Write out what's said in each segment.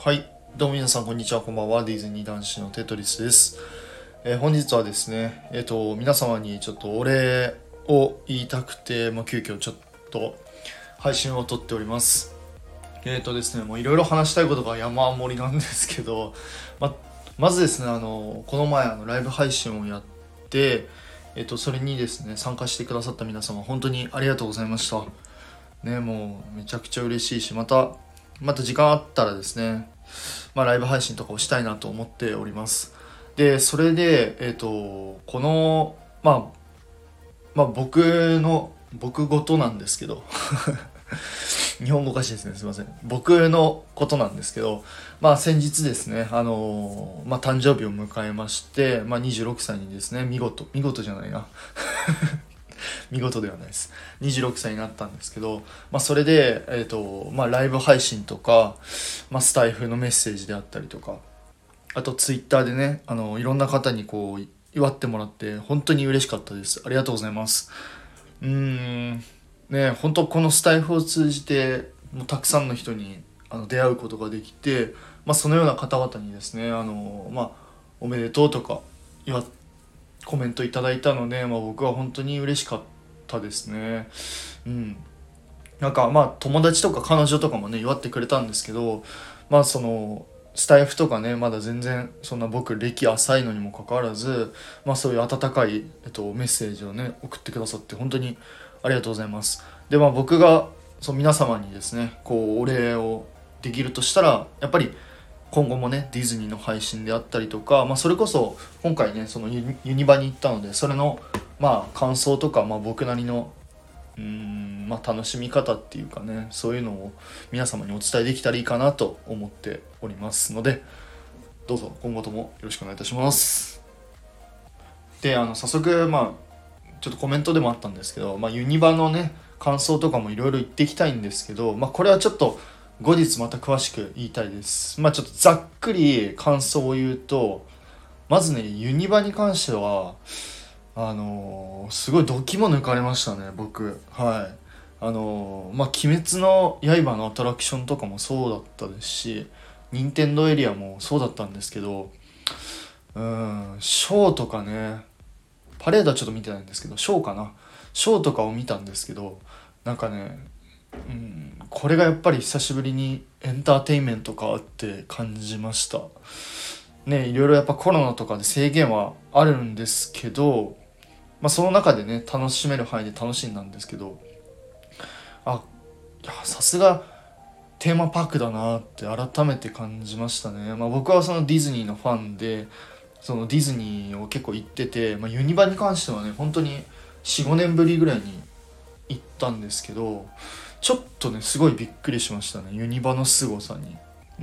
はい、どうも皆さんこんにちは、こんばんは。ディズニー男子のテトリスです。本日はですね、皆様にちょっとお礼を言いたくて、急遽ちょっと配信を撮っております。ですね、もういろいろ話したいことが山盛りなんですけど、まずですね、この前ライブ配信をやって、それにですね、参加してくださった皆様、本当にありがとうございました。ね、もうめちゃくちゃ嬉しいし、また時間あったらですね、ライブ配信とかをしたいなと思っております。で、それで、この、僕事なんですけど日本語おかしいですね。すいません。僕のことなんですけど、先日ですね、誕生日を迎えまして、26歳にですね、見事じゃないな。見事ではないです。26歳になったんですけど、それで、ライブ配信とか、スタイフのメッセージであったりとか、あとツイッターでね、いろんな方にこう、祝ってもらって、本当に嬉しかったです。ありがとうございます。ね、本当このスタイフを通じて、もうたくさんの人に出会うことができて、そのような方々にですね、おめでとうとか、コメントいただいたので、僕は本当に嬉しかったですね。うん。友達とか彼女とかもね、祝ってくれたんですけど、その、スタイフとかね、まだ全然、そんな僕歴浅いのにもかかわらず、そういう温かい、メッセージをね、送ってくださって本当にありがとうございます。で、僕が、皆様にですね、こう、お礼をできるとしたら、やっぱり、今後もねディズニーの配信であったりとか、それこそ今回ねそのユニバに行ったので、それの感想とか、僕なりの楽しみ方っていうかね、そういうのを皆様にお伝えできたらいいかなと思っておりますので、どうぞ今後ともよろしくお願いいたします。で、早速ちょっとコメントでもあったんですけど、ユニバのね感想とかもいろいろ言っていきたいんですけど、これはちょっと後日また詳しく言いたいです。ちょっとざっくり感想を言うと、まずね、ユニバに関しては、すごいドキも抜かれましたね、僕。はい。鬼滅の刃のアトラクションとかもそうだったですし、任天堂エリアもそうだったんですけど、ショーとかね、パレードはちょっと見てないんですけど、ショーかな。ショーとかを見たんですけど、なんかね、これがやっぱり久しぶりにエンターテインメントかって感じましたね。いろいろやっぱコロナとかで制限はあるんですけど、その中でね楽しめる範囲で楽しんだんですけど、いやさすがテーマパークだなって改めて感じましたね。僕はそのディズニーのファンで、そのディズニーを結構行ってて、ユニバに関してはね本当に4、5年ぶりぐらいに行ったんですけど、ちょっとねすごいびっくりしましたね、ユニバの凄さに。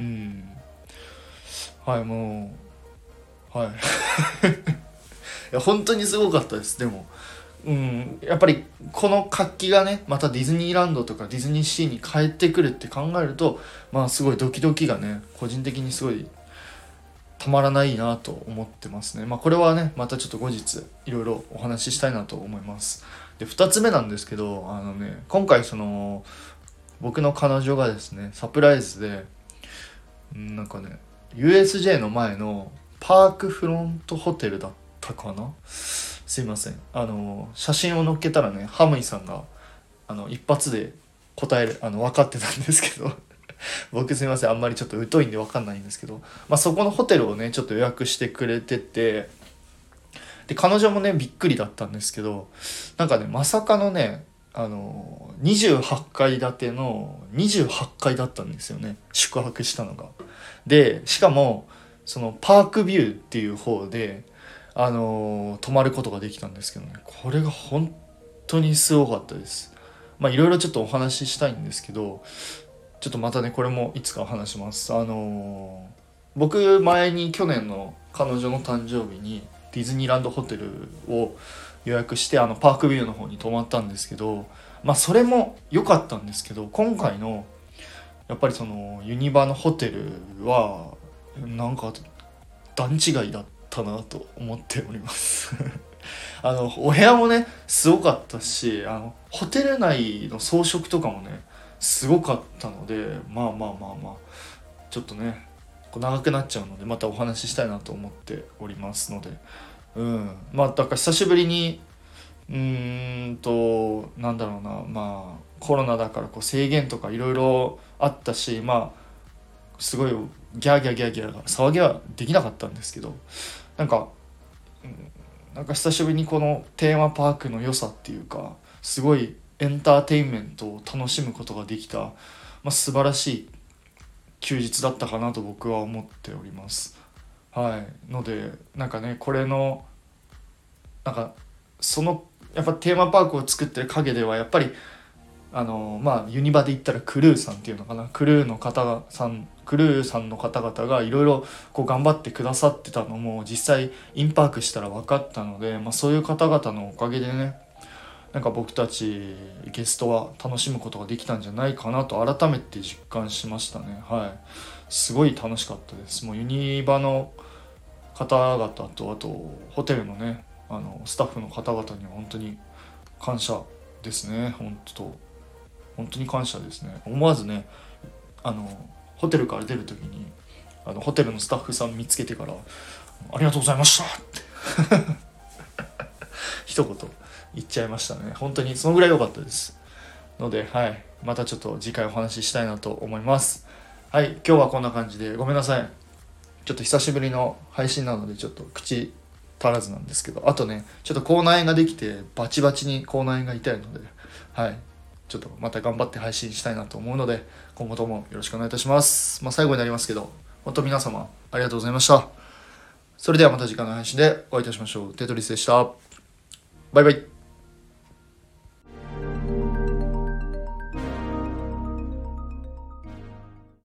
はい、もうはいいや本当にすごかったです。でもやっぱりこの活気がねまたディズニーランドとかディズニーシーに帰ってくるって考えると、すごいドキドキがね個人的にすごいたまらないなと思ってますね。これはねまたちょっと後日いろいろお話ししたいなと思います。で、2つ目なんですけど、今回その僕の彼女がですねサプライズでなんかね USJ の前のパークフロントホテルだったかな。すいません、写真を載っけたらねハムイさんが一発で答える分かってたんですけど僕すいません、あんまりちょっと疎いんで分かんないんですけど、そこのホテルをねちょっと予約してくれてて、で彼女もねびっくりだったんですけど、なんかねまさかのね28階建ての28階だったんですよね、宿泊したのが。でしかもそのパークビューっていう方で泊まることができたんですけどね、これが本当にすごかったです。いろいろちょっとお話ししたいんですけど、ちょっとまたねこれもいつか話します。僕前に去年の彼女の誕生日にディズニーランドホテルを予約してパークビューの方に泊まったんですけど、それも良かったんですけど、今回のやっぱりそのユニバのホテルはなんか段違いだったなと思っておりますお部屋もねすごかったし、ホテル内の装飾とかもねすごかったので、ちょっとね長くなっちゃうのでまたお話ししたいなと思っておりますので、まあだから久しぶりになんだろうな、まあコロナだから制限とかいろいろあったし、まあすごいギャーギャーギャーギャー騒ぎはできなかったんですけど、なんか久しぶりにこのテーマパークの良さっていうか、すごいエンターテインメントを楽しむことができた、素晴らしい休日だったかなと僕は思っております。のでこれのそのやっぱテーマパークを作ってる陰ではやっぱりユニバで言ったらクルーさんっていうのかな、クルーさんの方々がいろいろ頑張ってくださってたのも実際インパークしたら分かったので、そういう方々のおかげでね、僕たちゲストは楽しむことができたんじゃないかなと改めて実感しましたね。すごい楽しかったです。もうユニバの方々とあとホテルのねスタッフの方々には本当に感謝ですね。本当に感謝ですね。思わずねホテルから出る時にホテルのスタッフさん見つけてからありがとうございましたって一言言っちゃいましたね。本当にそのぐらい良かったですので、またちょっと次回お話ししたいなと思います。今日はこんな感じでごめんなさい。ちょっと久しぶりの配信なのでちょっと口足らずなんですけど、あとねちょっと口内炎ができてバチバチに口内炎が痛いのでちょっとまた頑張って配信したいなと思うので今後ともよろしくお願いいたします。最後になりますけど本当皆様ありがとうございました。それではまた次回の配信でお会いいたしましょう。テトリスでした。バイバイ。